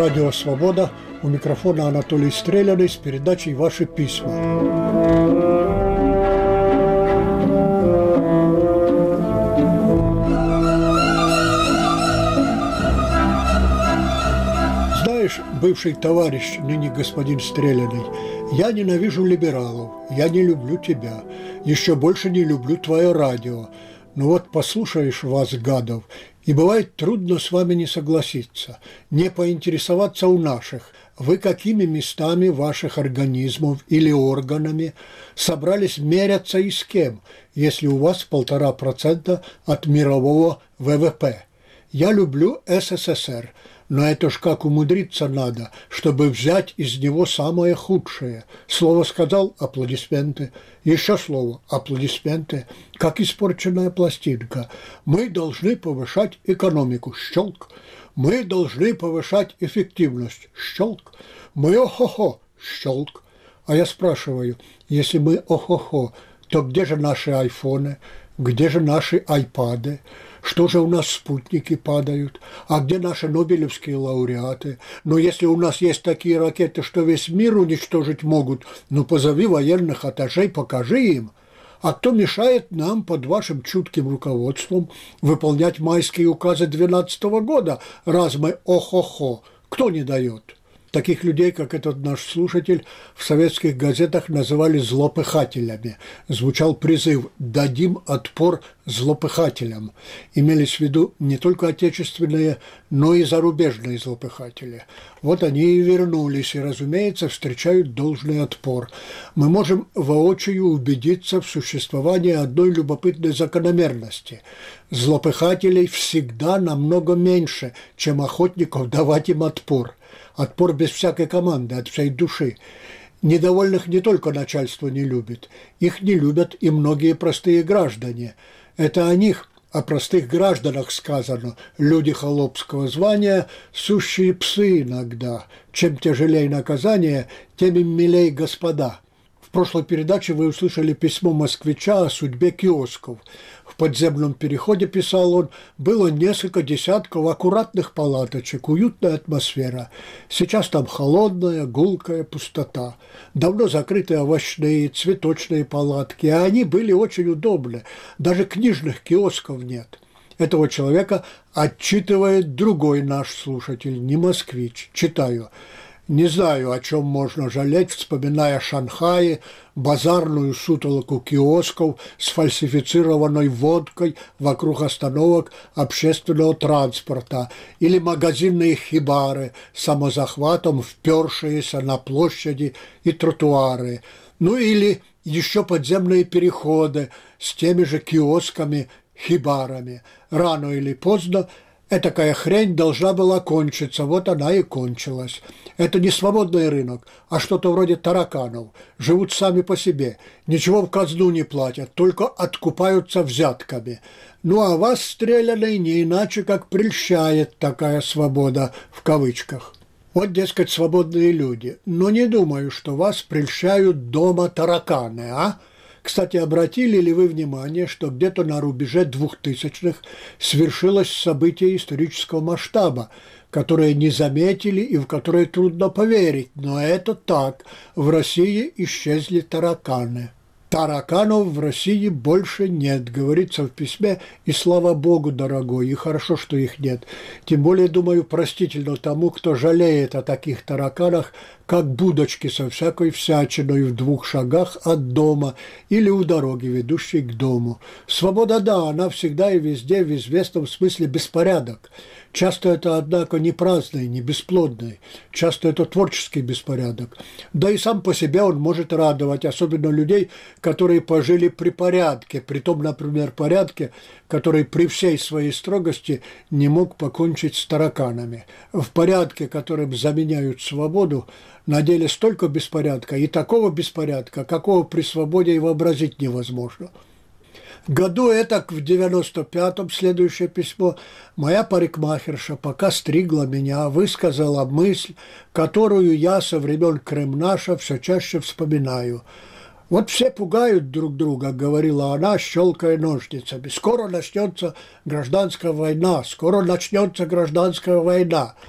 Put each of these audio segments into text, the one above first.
Радио «Свобода». У микрофона Анатолий Стреляный с передачей «Ваши письма». Знаешь, бывший товарищ, ныне господин Стреляный, я ненавижу либералов, я не люблю тебя, еще больше не люблю твое радио. Но вот послушаешь вас, гадов, и бывает трудно с вами не согласиться, не поинтересоваться у наших, вы какими местами ваших организмов или органами собрались меряться и с кем, если у вас 1,5% от мирового ВВП. Я люблю СССР, но это ж как умудриться надо, чтобы взять из него самое худшее. Слово сказал – аплодисменты. Еще слово – аплодисменты. Как испорченная пластинка. Мы должны повышать экономику. Щелк. Мы должны повышать эффективность. Щелк. Мы о-хо-хо. Щелк. А я спрашиваю, если мы о-хо-хо, то где же наши айфоны? Где же наши айпады? Что же у нас спутники падают? А где наши нобелевские лауреаты? Но если у нас есть такие ракеты, что весь мир уничтожить могут, ну позови военных аташей, покажи им. А кто мешает нам под вашим чутким руководством выполнять майские указы 2012 года, раз мы о-хо-хо? Кто не дает? Таких людей, как этот наш слушатель, в советских газетах называли злопыхателями. Звучал призыв «Дадим отпор злопыхателям». Имелись в виду не только отечественные, но и зарубежные злопыхатели. Вот они и вернулись, и, разумеется, встречают должный отпор. Мы можем воочию убедиться в существовании одной любопытной закономерности. Злопыхателей всегда намного меньше, чем охотников давать им отпор. Отпор без всякой команды, от всей души. Недовольных не только начальство не любит, их не любят и многие простые граждане. Это о них, о простых гражданах сказано. Люди холопского звания – сущие псы иногда. Чем тяжелее наказание, тем им милей господа. В прошлой передаче вы услышали письмо москвича о судьбе киосков. В подземном переходе, писал он, было несколько десятков аккуратных палаточек, уютная атмосфера. Сейчас там холодная, гулкая пустота. Давно закрыты овощные, цветочные палатки, а они были очень удобны. Даже книжных киосков нет. Этого человека отчитывает другой наш слушатель, не москвич. Читаю. Не знаю, о чем можно жалеть, вспоминая Шанхай, базарную сутолоку киосков с фальсифицированной водкой вокруг остановок общественного транспорта или магазинные хибары с самозахватом, впершиеся на площади и тротуары. Ну или еще подземные переходы с теми же киосками, хибарами. Рано или поздно этакая хрень должна была кончиться, вот она и кончилась. Это не свободный рынок, а что-то вроде тараканов. Живут сами по себе, ничего в казну не платят, только откупаются взятками. Ну а вас, Стреляный, не иначе как прельщает такая свобода в кавычках. Вот, дескать, свободные люди. Но не думаю, что вас прельщают дома тараканы, а? Кстати, обратили ли вы внимание, что где-то на рубеже 2000-х свершилось событие исторического масштаба, которое не заметили и в которое трудно поверить, но это так, в России исчезли тараканы. Тараканов в России больше нет, говорится в письме, и слава Богу, дорогой, и хорошо, что их нет. Тем более, думаю, простительно тому, кто жалеет о таких тараканах, как будочки со всякой всячиной в 2 шагах от дома или у дороги, ведущей к дому. Свобода, да, она всегда и везде в известном смысле беспорядок. Часто это, однако, не праздный, не бесплодный. Часто это творческий беспорядок. Да и сам по себе он может радовать, особенно людей, которые пожили при порядке, при том, например, порядке, который при всей своей строгости не мог покончить с тараканами. В порядке, которым заменяют свободу, на деле столько беспорядка и такого беспорядка, какого при свободе и вообразить невозможно. В году этак, в 95-м, следующее письмо, моя парикмахерша, пока стригла меня, высказала мысль, которую я со времен Кремнаша все чаще вспоминаю. «Вот все пугают друг друга», — говорила она, щелкая ножницами. «Скоро начнется гражданская война, скоро начнется гражданская война».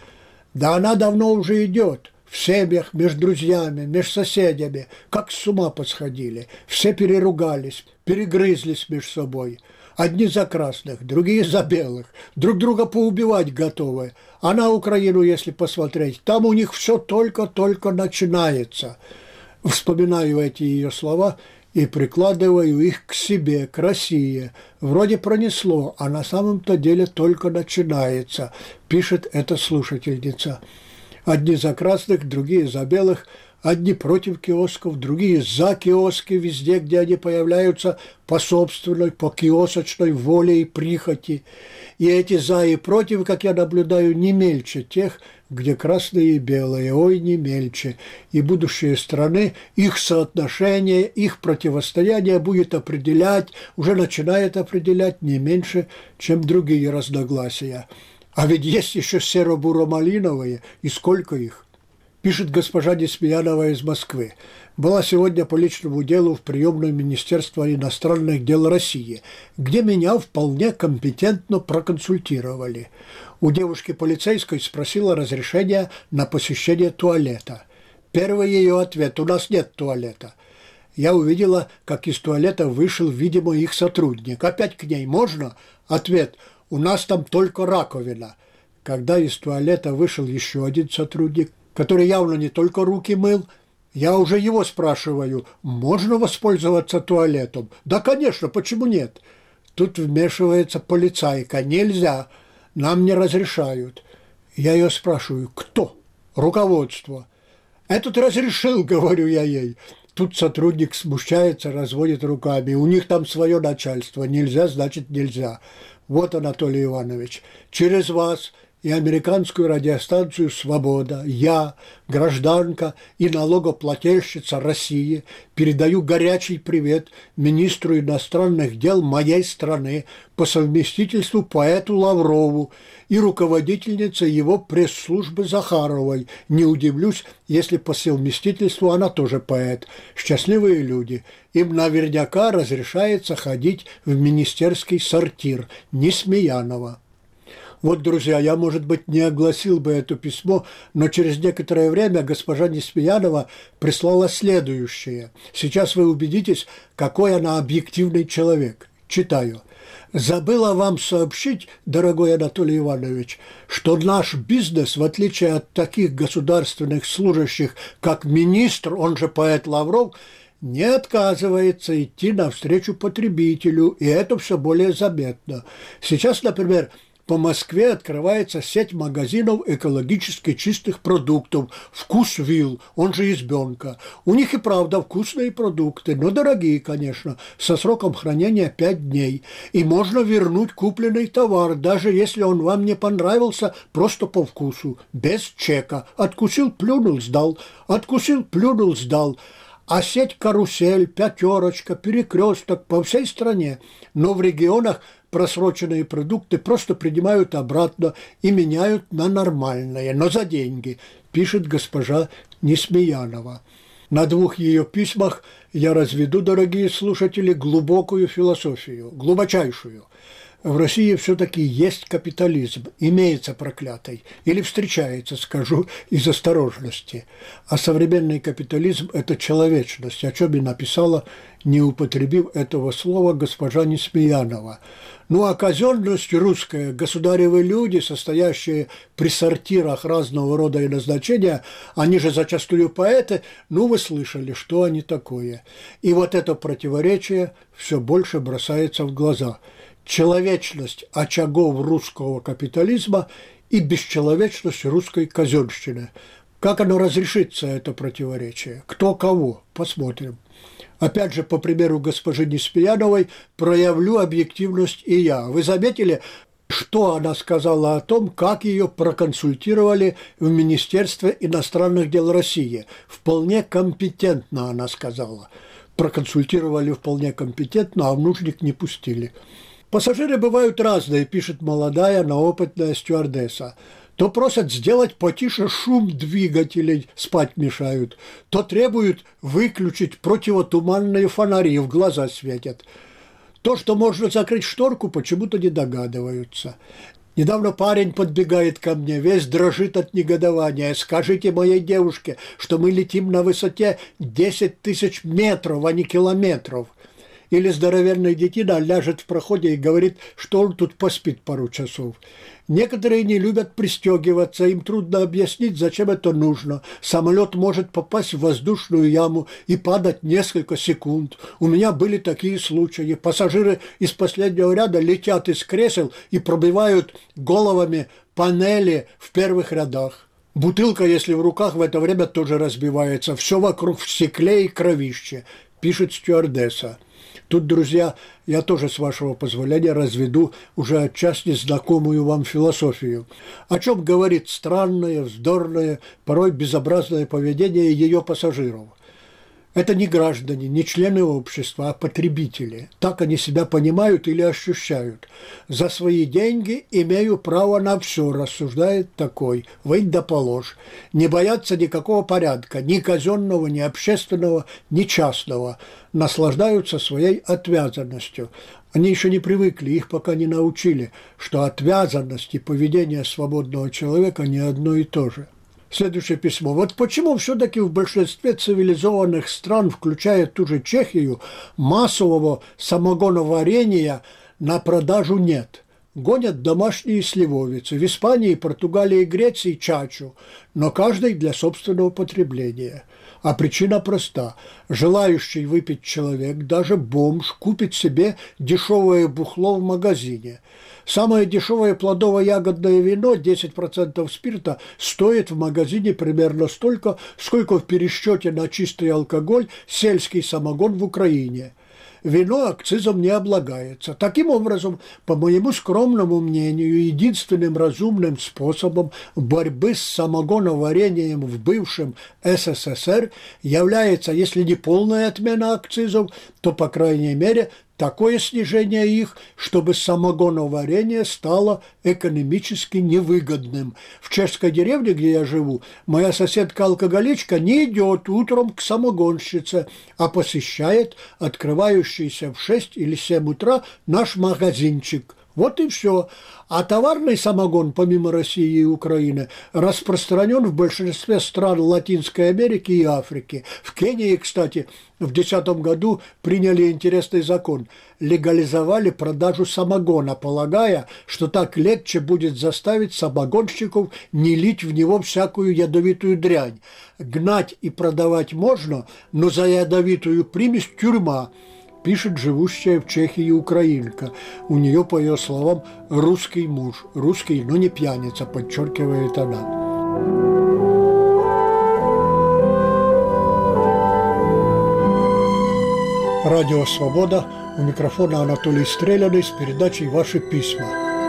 Да она давно уже идет. В семьях, между друзьями, между соседями. Как с ума посходили. Все переругались, перегрызлись между собой. Одни за красных, другие за белых. Друг друга поубивать готовы. А на Украину, если посмотреть, там у них все только-только начинается. Вспоминаю эти ее слова и прикладываю их к себе, к России. Вроде пронесло, а на самом-то деле только начинается, пишет эта слушательница. Одни за красных, другие за белых, одни против киосков, другие за киоски везде, где они появляются по собственной, по киосочной воле и прихоти. И эти за и против, как я наблюдаю, не мельче тех, где красные и белые, ой, не мельче. И будущее страны, их соотношение, их противостояние будет определять, уже начинает определять не меньше, чем другие разногласия. А ведь есть еще серо-буро-малиновые, и сколько их? Пишет госпожа Несмеянова из Москвы. Была сегодня по личному делу в приемную Министерства иностранных дел России, где меня вполне компетентно проконсультировали. У девушки полицейской спросила разрешения на посещение туалета. Первый ее ответ – у нас нет туалета. Я увидела, как из туалета вышел, видимо, их сотрудник. Опять к ней можно? Ответ – у нас там только раковина. Когда из туалета вышел еще один сотрудник, который явно не только руки мыл, я уже его спрашиваю, можно воспользоваться туалетом? Да, конечно, почему нет? Тут вмешивается полицайка, нельзя, нам не разрешают. Я ее спрашиваю, кто? Руководство. Этот разрешил, говорю я ей. Тут сотрудник смущается, разводит руками. У них там свое начальство. Нельзя, значит нельзя. Вот, Анатолий Иванович, через вас и американскую радиостанцию «Свобода» я, гражданка и налогоплательщица России, передаю горячий привет министру иностранных дел моей страны, по совместительству поэту Лаврову и руководительнице его пресс-службы Захаровой. Не удивлюсь, если по совместительству она тоже поэт. Счастливые люди. Им наверняка разрешается ходить в министерский сортир. Несмеянова. Вот, друзья, я, может быть, не огласил бы это письмо, но через некоторое время госпожа Несмеянова прислала следующее. Сейчас вы убедитесь, какой она объективный человек. Читаю. «Забыла вам сообщить, дорогой Анатолий Иванович, что наш бизнес, в отличие от таких государственных служащих, как министр, он же поэт Лавров, не отказывается идти навстречу потребителю, и это все более заметно. Сейчас, например, по Москве открывается сеть магазинов экологически чистых продуктов «Вкусвилл», он же «Избенка». У них и правда вкусные продукты, но дорогие, конечно, со сроком хранения 5 дней. И можно вернуть купленный товар, даже если он вам не понравился, просто по вкусу, без чека. Откусил, плюнул, сдал. Откусил, плюнул, сдал. А сеть «Карусель», «Пятерочка», «Перекресток» по всей стране. Но в регионах просроченные продукты просто принимают обратно и меняют на нормальные, но за деньги, пишет госпожа Несмеянова. На 2 ее письмах я разведу, дорогие слушатели, глубокую философию, глубочайшую. В России все-таки есть капитализм, имеется проклятый, или встречается, скажу, из осторожности. А современный капитализм – это человечность, о чем и написала, не употребив этого слова, госпожа Несмеянова. Ну а казенность русская, государевы люди, состоящие при сортирах разного рода и назначения, они же зачастую поэты, ну вы слышали, что они такое. И вот это противоречие все больше бросается в глаза. Человечность очагов русского капитализма и бесчеловечность русской казенщины. Как оно разрешится, это противоречие? Кто кого? Посмотрим. Опять же, по примеру госпожи Несмеяновой, проявлю объективность и я. Вы заметили, что она сказала о том, как ее проконсультировали в Министерстве иностранных дел России? Вполне компетентно, она сказала. Проконсультировали вполне компетентно, а в нужник не пустили. Пассажиры бывают разные, пишет молодая, но опытная стюардесса. То просят сделать потише шум двигателей, спать мешают, то требуют выключить противотуманные фонари, в глаза светят. То, что можно закрыть шторку, почему-то не догадываются. Недавно парень подбегает ко мне, весь дрожит от негодования. Скажите моей девушке, что мы летим на высоте 10 тысяч метров, а не километров. Или здоровенный детина ляжет в проходе и говорит, что он тут поспит пару часов. Некоторые не любят пристегиваться, им трудно объяснить, зачем это нужно. Самолет может попасть в воздушную яму и падать несколько секунд. У меня были такие случаи. Пассажиры из последнего ряда летят из кресел и пробивают головами панели в первых рядах. Бутылка, если в руках, в это время тоже разбивается. Все вокруг в стекле и кровище, пишет стюардесса. Тут, друзья, я тоже, с вашего позволения, разведу уже отчасти знакомую вам философию. О чем говорит странное, вздорное, порой безобразное поведение ее пассажиров. Это не граждане, не члены общества, а потребители. Так они себя понимают или ощущают. За свои деньги имею право на все, рассуждает такой. Вынь да положь. Не боятся никакого порядка, ни казенного, ни общественного, ни частного. Наслаждаются своей отвязанностью. Они еще не привыкли, их пока не научили, что отвязанность и поведение свободного человека не одно и то же. Следующее письмо. Вот почему все-таки в большинстве цивилизованных стран, включая ту же Чехию, массового самогоноварения на продажу нет. Гонят домашние сливовицы. В Испании, Португалии и Греции чачу, но каждый для собственного потребления. А причина проста. Желающий выпить человек, даже бомж, купит себе дешевое бухло в магазине. Самое дешевое плодово-ягодное вино, 10% спирта, стоит в магазине примерно столько, сколько в пересчете на чистый алкоголь сельский самогон в Украине. Вино акцизом не облагается. Таким образом, по моему скромному мнению, единственным разумным способом борьбы с самогоноварением в бывшем СССР является, если не полная отмена акцизов, то, по крайней мере, такое снижение их, чтобы самогоноварение стало экономически невыгодным. В чешской деревне, где я живу, моя соседка-алкоголичка не идет утром к самогонщице, а посещает открывающийся в 6 или 7 утра наш магазинчик. Вот и все. А товарный самогон, помимо России и Украины, распространен в большинстве стран Латинской Америки и Африки. В Кении, кстати, в 2010 году приняли интересный закон. Легализовали продажу самогона, полагая, что так легче будет заставить самогонщиков не лить в него всякую ядовитую дрянь. Гнать и продавать можно, но за ядовитую примесь тюрьма. Пишет живущая в Чехии украинка. У нее, по ее словам, русский муж. Русский, но не пьяница, подчеркивает она. Радио «Свобода». У микрофона Анатолий Стреляный с передачей «Ваши письма».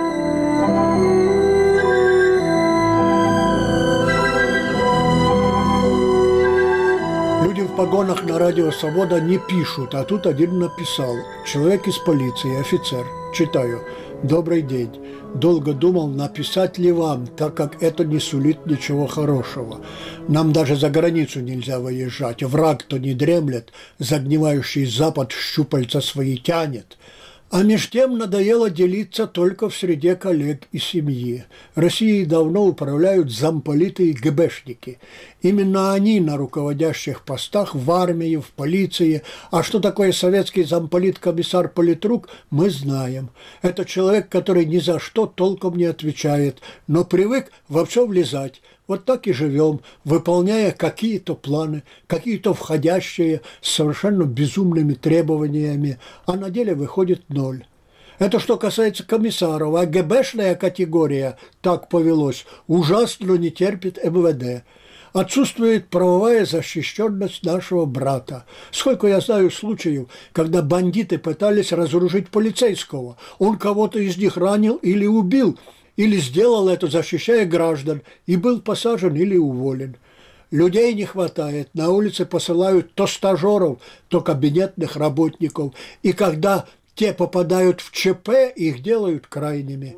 Люди в погонах на радио «Свобода» не пишут, а тут один написал. Человек из полиции, офицер. Читаю. Добрый день. Долго думал, написать ли вам, так как это не сулит ничего хорошего. Нам даже за границу нельзя выезжать. Враг-то не дремлет, загнивающий Запад щупальца свои тянет. А меж тем надоело делиться только в среде коллег и семьи. Россией давно управляют замполиты и ГБшники. Именно они на руководящих постах в армии, в полиции. А что такое советский замполит-комиссар Политрук, мы знаем. Это человек, который ни за что толком не отвечает, но привык во все влезать. Вот так и живем, выполняя какие-то планы, какие-то входящие с совершенно безумными требованиями, а на деле выходит ноль. Это что касается комиссаров, а ГБшная категория, так повелось, ужасно не терпит МВД. Отсутствует правовая защищенность нашего брата. Сколько я знаю случаев, когда бандиты пытались разоружить полицейского, он кого-то из них ранил или убил, или сделал это, защищая граждан, и был посажен или уволен. Людей не хватает, на улице посылают то стажеров, то кабинетных работников, и когда те попадают в ЧП, их делают крайними.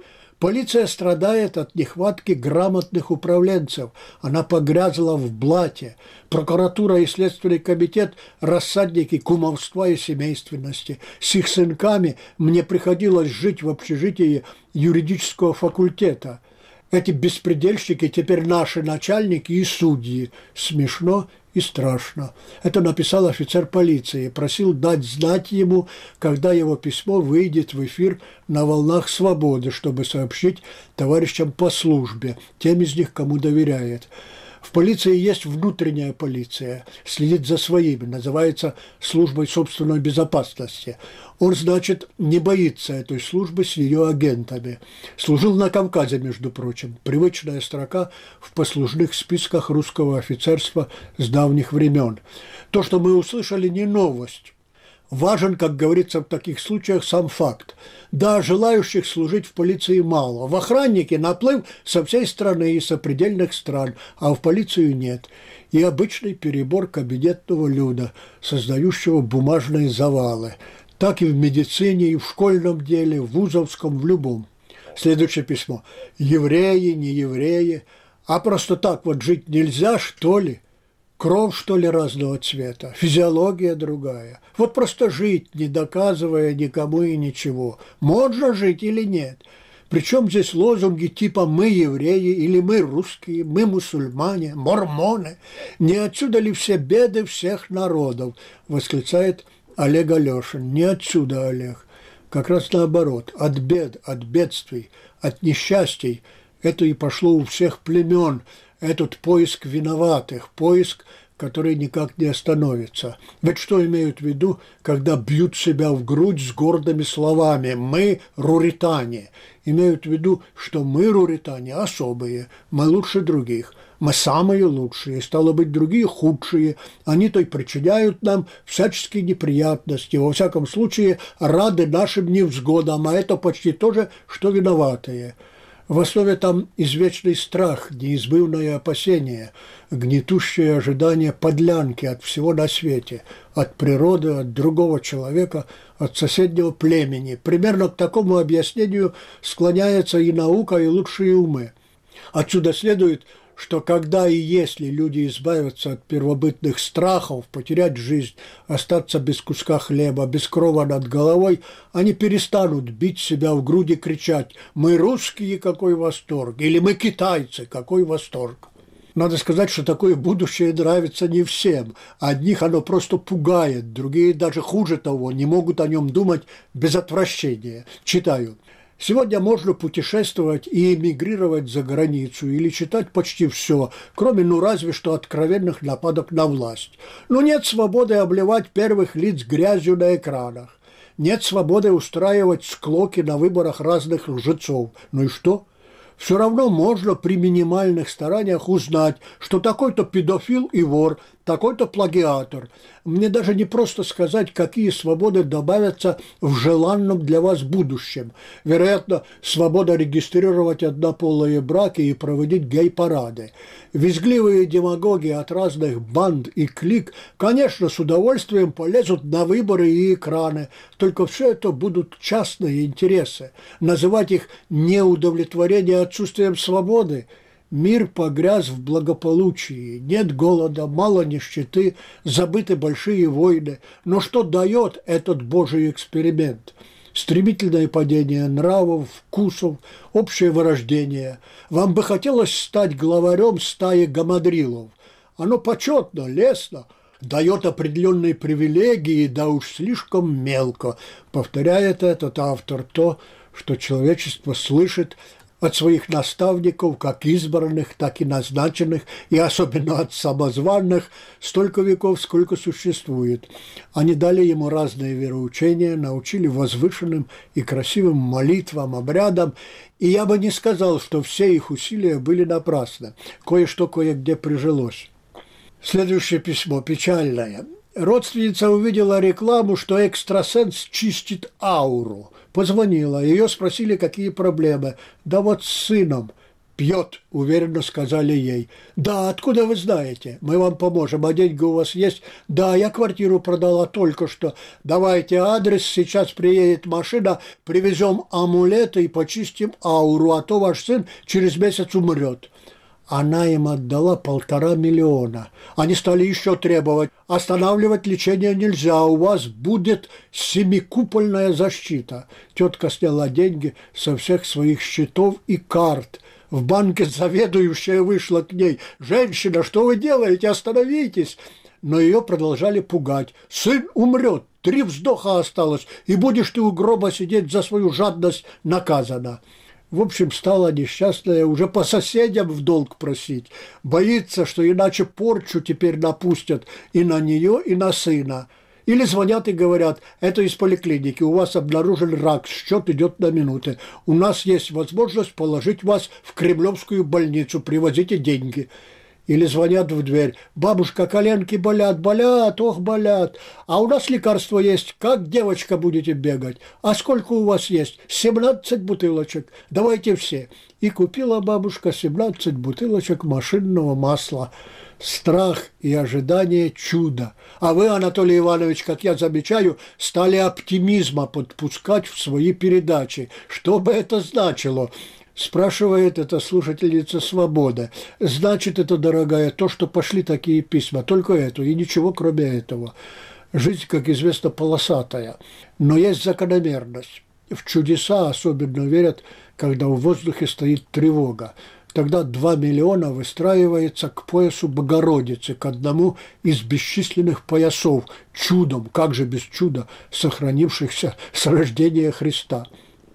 Полиция страдает от нехватки грамотных управленцев. Она погрязла в блате. Прокуратура и Следственный комитет – рассадники кумовства и семейственности. С их сынками мне приходилось жить в общежитии юридического факультета. Эти беспредельщики теперь наши начальники и судьи. Смешно и страшно. Это написал офицер полиции. Просил дать знать ему, когда его письмо выйдет в эфир на волнах свободы, чтобы сообщить товарищам по службе, тем из них, кому доверяет. В полиции есть внутренняя полиция, следит за своими, называется службой собственной безопасности. Он, значит, не боится этой службы с ее агентами. Служил на Кавказе, между прочим. Привычная строка в послужных списках русского офицерства с давних времен. То, что мы услышали, не новость. Важен, как говорится в таких случаях, сам факт. Да, желающих служить в полиции мало. В охраннике наплыв со всей страны и сопредельных стран, а в полицию нет. И обычный перебор кабинетного люда, создающего бумажные завалы. Так и в медицине, и в школьном деле, в вузовском, в любом. Следующее письмо. Евреи, не евреи. А просто так вот жить нельзя, что ли? Кровь, что ли, разного цвета, физиология другая. Вот просто жить, не доказывая никому и ничего. Можно жить или нет? Причем здесь лозунги типа «мы евреи» или «мы русские», «мы мусульмане», «мормоны». Не отсюда ли все беды всех народов? Восклицает Олег Алешин. Не отсюда, Олег. Как раз наоборот. От бед, от бедствий, от несчастий. Это и пошло у всех племен. Этот поиск виноватых, поиск, который никак не остановится. Ведь что имеют в виду, когда бьют себя в грудь с гордыми словами «мы руритане»? Имеют в виду, что мы, руритане, особые, мы лучше других, мы самые лучшие, стало быть, другие худшие. Они-то и причиняют нам всяческие неприятности, во всяком случае рады нашим невзгодам, а это почти то же, что виноватые. В основе там извечный страх, неизбывное опасение, гнетущее ожидание подлянки от всего на свете, от природы, от другого человека, от соседнего племени. Примерно к такому объяснению склоняется и наука, и лучшие умы. Отсюда следует, что когда и если люди избавятся от первобытных страхов, потерять жизнь, остаться без куска хлеба, без крова над головой, они перестанут бить себя в груди и кричать «Мы русские, какой восторг!» или «Мы китайцы, какой восторг!». Надо сказать, что такое будущее нравится не всем. Одних оно просто пугает, другие даже хуже того, не могут о нем думать без отвращения. Читаю. Сегодня можно путешествовать и эмигрировать за границу или читать почти все, кроме, разве что откровенных нападок на власть. Но нет свободы обливать первых лиц грязью на экранах. Нет свободы устраивать склоки на выборах разных лжецов. Ну и что? Все равно можно при минимальных стараниях узнать, что такой-то педофил и вор, такой-то плагиатор. Мне даже не просто сказать, какие свободы добавятся в желанном для вас будущем. Вероятно, свобода регистрировать однополые браки и проводить гей-парады. Визгливые демагоги от разных банд и клик, конечно, с удовольствием полезут на выборы и экраны, только все это будут частные интересы. Называть их неудовлетворение отсутствием свободы. Мир погряз в благополучии, нет голода, мало нищеты, забыты большие войны. Но что дает этот божий эксперимент? Стремительное падение нравов, вкусов, общее вырождение. Вам бы хотелось стать главарем стаи гамадрилов. Оно почетно, лестно, дает определенные привилегии, да уж слишком мелко. Повторяет этот автор то, что человечество слышит от своих наставников, как избранных, так и назначенных, и особенно от самозванных, столько веков, сколько существует. Они дали ему разные вероучения, научили возвышенным и красивым молитвам, обрядам, и я бы не сказал, что все их усилия были напрасны. Кое-что кое-где прижилось. Следующее письмо, печальное. Родственница увидела рекламу, что экстрасенс чистит ауру. Позвонила, ее спросили, какие проблемы. Да вот с сыном. «Пьет», – уверенно сказали ей. «Да, откуда вы знаете? Мы вам поможем. А деньги у вас есть?» «Да, я квартиру продала только что. Давайте адрес, сейчас приедет машина, привезем амулеты и почистим ауру, а то ваш сын через месяц умрет». Она им отдала 1,5 миллиона. Они стали еще требовать. «Останавливать лечение нельзя, у вас будет 7-купольная защита». Тетка сняла деньги со всех своих счетов и карт. В банке заведующая вышла к ней. «Женщина, что вы делаете? Остановитесь!» Но ее продолжали пугать. «Сын умрет, 3 вздоха осталось, и будешь ты у гроба сидеть за свою жадность наказана». В общем, стала несчастная уже по соседям в долг просить. Боится, что иначе порчу теперь напустят и на нее, и на сына. Или звонят и говорят: «Это из поликлиники, у вас обнаружен рак, счет идет на минуты. У нас есть возможность положить вас в Кремлевскую больницу, привозите деньги». Или звонят в дверь: «Бабушка, коленки болят, болят, ох, болят. А у нас лекарство есть, как девочка будете бегать? А сколько у вас есть? 17 бутылочек. Давайте все». И купила бабушка 17 бутылочек машинного масла. Страх и ожидание чуда. А вы, Анатолий Иванович, как я замечаю, стали оптимизма подпускать в свои передачи. Что бы это значило? Спрашивает эта слушательница «Свобода». Значит, это, дорогая, то, что пошли такие письма, только это и ничего кроме этого. Жизнь, как известно, полосатая, но есть закономерность. В чудеса особенно верят, когда в воздухе стоит тревога. Тогда 2 миллиона выстраивается к поясу Богородицы, к одному из бесчисленных поясов, чудом, как же без чуда, сохранившихся с рождения Христа.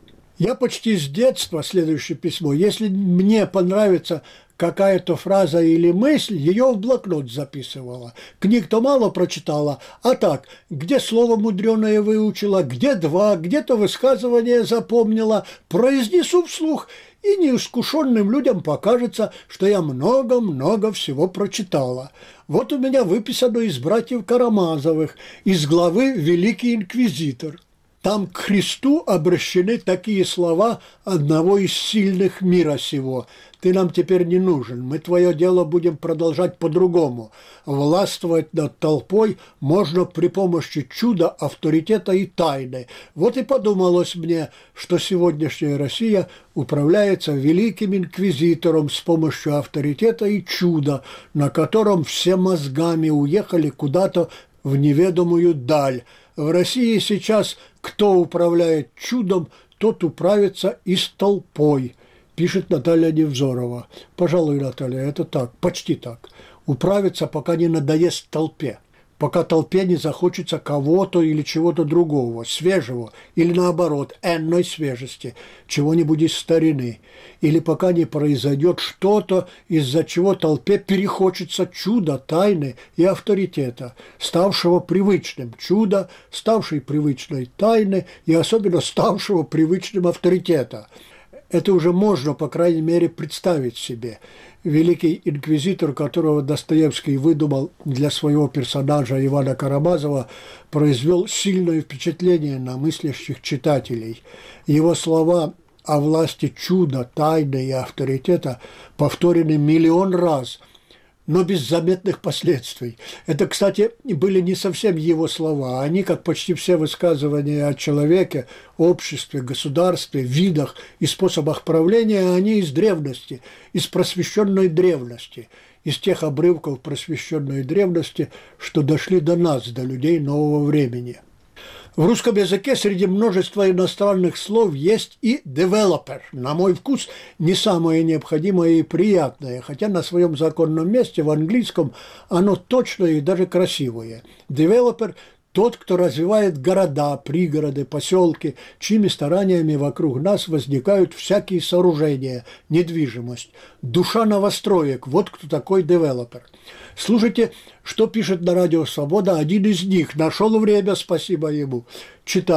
Я почти с детства, следующее письмо, если мне понравится какая-то фраза или мысль, ее в блокнот записывала. Книг-то мало прочитала, а так, где слово мудреное выучила, где 2, где-то высказывание запомнила, произнесу вслух, и неискушенным людям покажется, что я много-много всего прочитала. Вот у меня выписано из братьев Карамазовых, из главы «Великий инквизитор». Там к Христу обращены такие слова одного из сильных мира сего: «Ты нам теперь не нужен, мы твое дело будем продолжать по-другому. Властвовать над толпой можно при помощи чуда, авторитета и тайны». Вот и подумалось мне, что сегодняшняя Россия управляется великим инквизитором с помощью авторитета и чуда, на котором все мозгами уехали куда-то в неведомую даль. В России сейчас кто управляет чудом, тот управится и с толпой, пишет Наталья Невзорова. Пожалуй, Наталья, это так, почти так. Управится, пока не надоест толпе, пока толпе не захочется кого-то или чего-то другого, свежего, или наоборот, энной свежести, чего-нибудь из старины, или пока не произойдет что-то, из-за чего толпе перехочется чуда, тайны и авторитета, ставшего привычным чуда, ставшей привычной тайны и особенно ставшего привычным авторитета. Это уже можно, по крайней мере, представить себе. Великий инквизитор, которого Достоевский выдумал для своего персонажа Ивана Карамазова, произвел сильное впечатление на мыслящих читателей. Его слова о власти чуда, тайны и авторитета повторены 1 миллион раз, но без заметных последствий. Это, кстати, были не совсем его слова. Они, как почти все высказывания о человеке, обществе, государстве, видах и способах правления, они из древности, из просвещенной древности, из тех обрывков просвещенной древности, что дошли до нас, до людей нового времени. В русском языке среди множества иностранных слов есть и developer. На мой вкус, не самое необходимое и приятное, хотя на своем законном месте в английском оно точное и даже красивое. Developer – тот, кто развивает города, пригороды, поселки, чьими стараниями вокруг нас возникают всякие сооружения, недвижимость. Душа новостроек – вот кто такой девелопер. Слушайте, что пишет на радио «Свобода» один из них. Нашел время, спасибо ему. Читаю.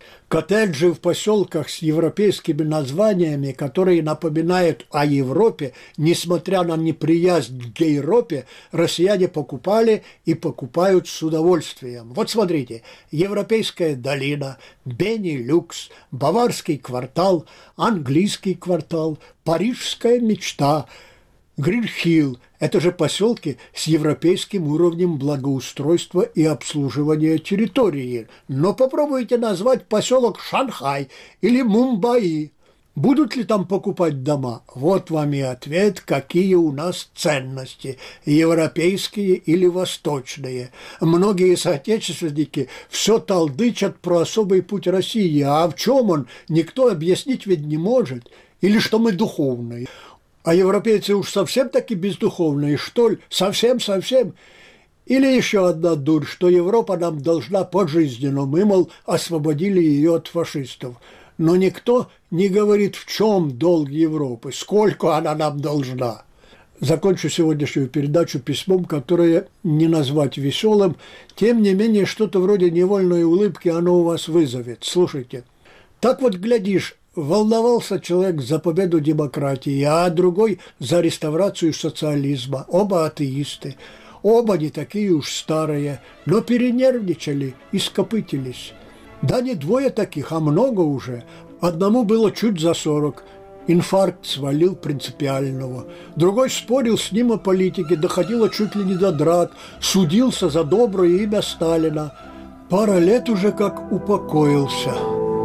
Коттеджи в поселках с европейскими названиями, которые напоминают о Европе, несмотря на неприязнь к Европе, россияне покупали и покупают с удовольствием. Вот смотрите, Европейская долина, Бенилюкс, Баварский квартал, Английский квартал, Парижская мечта, Гринхилл – это же поселки с европейским уровнем благоустройства и обслуживания территории. Но попробуйте назвать поселок Шанхай или Мумбаи. Будут ли там покупать дома? Вот вам и ответ, какие у нас ценности – европейские или восточные. Многие соотечественники все толдычат про особый путь России, а в чем он, никто объяснить ведь не может. Или что мы духовные. А европейцы уж совсем-таки бездуховные, что ли? Совсем-совсем? Или еще одна дурь, что Европа нам должна пожизненно, мы, мол, освободили ее от фашистов. Но никто не говорит, в чем долг Европы, сколько она нам должна. Закончу сегодняшнюю передачу письмом, которое не назвать веселым, тем не менее что-то вроде невольной улыбки оно у вас вызовет. Слушайте. Так вот, глядишь, волновался человек за победу демократии, а другой за реставрацию социализма. Оба атеисты, оба не такие уж старые, но перенервничали и скопытились. Да не двое таких, а много уже. Одному было чуть за 40, инфаркт свалил принципиального. Другой спорил с ним о политике, доходило чуть ли не до драк, судился за доброе имя Сталина. Пара лет уже как упокоился.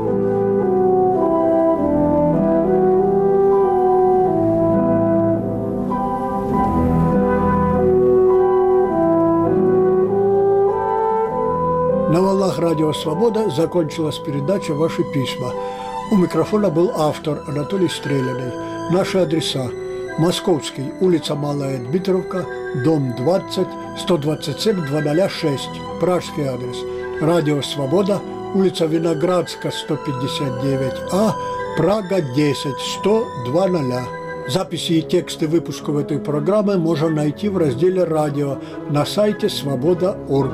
На волнах Радио Свобода закончилась передача «Ваши письма». У микрофона был автор Анатолий Стреляный. Наши адреса: Московский, улица Малая Дмитровка, дом 20, 127-206, пражский адрес. Радио Свобода, улица Виноградска, 159А, Прага 10, 100-200. Записи и тексты выпусков этой программы можно найти в разделе «Радио» на сайте свобода.орг.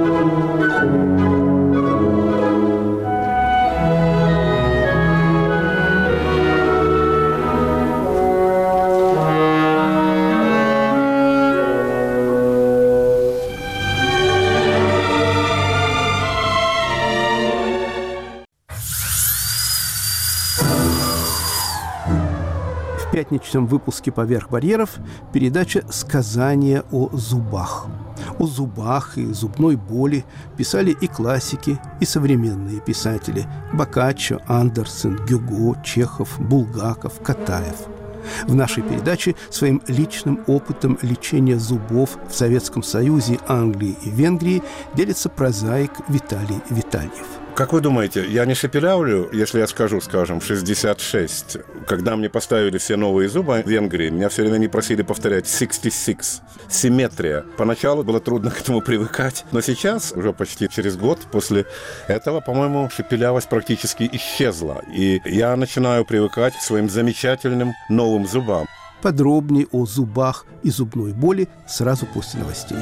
В пятничном выпуске «Поверх барьеров» передача «Сказания о зубах». О зубах и зубной боли писали и классики, и современные писатели – Боккаччо, Андерсен, Гюго, Чехов, Булгаков, Катаев. В нашей передаче своим личным опытом лечения зубов в Советском Союзе, Англии и Венгрии делится прозаик Виталий Витальев. Как вы думаете, я не шепелявлю, если я скажу, скажем, 66? Когда мне поставили все новые зубы в Венгрии, меня все время не просили повторять 66. Симметрия. Поначалу было трудно к этому привыкать, но сейчас, уже почти через год после этого, по-моему, шепелявость практически исчезла. И я начинаю привыкать к своим замечательным новым зубам. Подробнее о зубах и зубной боли сразу после новостей.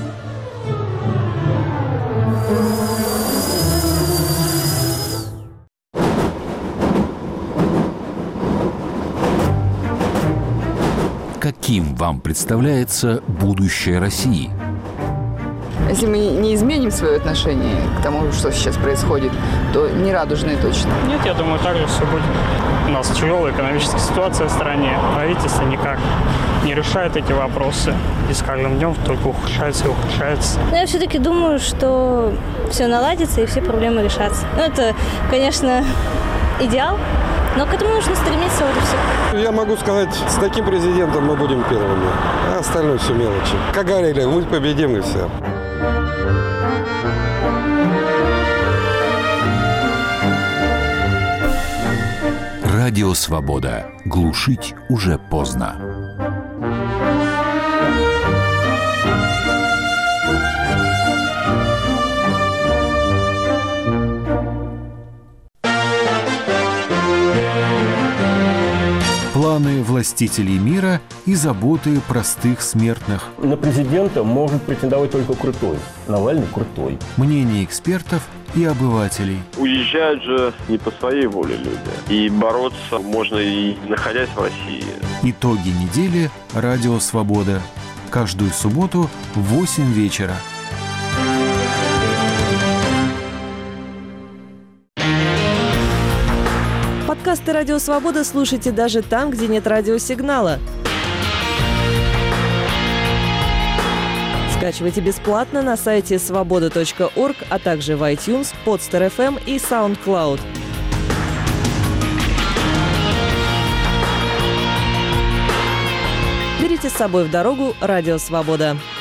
Каким вам представляется будущее России? Если мы не изменим свое отношение к тому, что сейчас происходит, то не радужные точно. Нет, я думаю, так же все будет. У нас тяжелая экономическая ситуация в стране. Правительство никак не решает эти вопросы. И с каждым днем только ухудшается и ухудшается. Но я все-таки думаю, что все наладится и все проблемы решатся. Ну, это, конечно, идеал, но к этому нужно стремиться, вот и все. Я могу сказать, с таким президентом мы будем первыми, а остальное все мелочи. Как говорили, мы победим и все. Радио «Свобода». Глушить уже поздно. План планы властителей мира и заботы простых смертных. На президента может претендовать только крутой. Навальный крутой. Мнение экспертов и обывателей. Уезжают же не по своей воле люди. И бороться можно и находясь в России. Итоги недели. Радио «Свобода». Каждую субботу в 8 вечера. Подкасты «Радио Свобода» слушайте даже там, где нет радиосигнала. Скачивайте бесплатно на сайте svoboda.org, а также в iTunes, Podster FM и SoundCloud. Берите с собой в дорогу «Радио Свобода».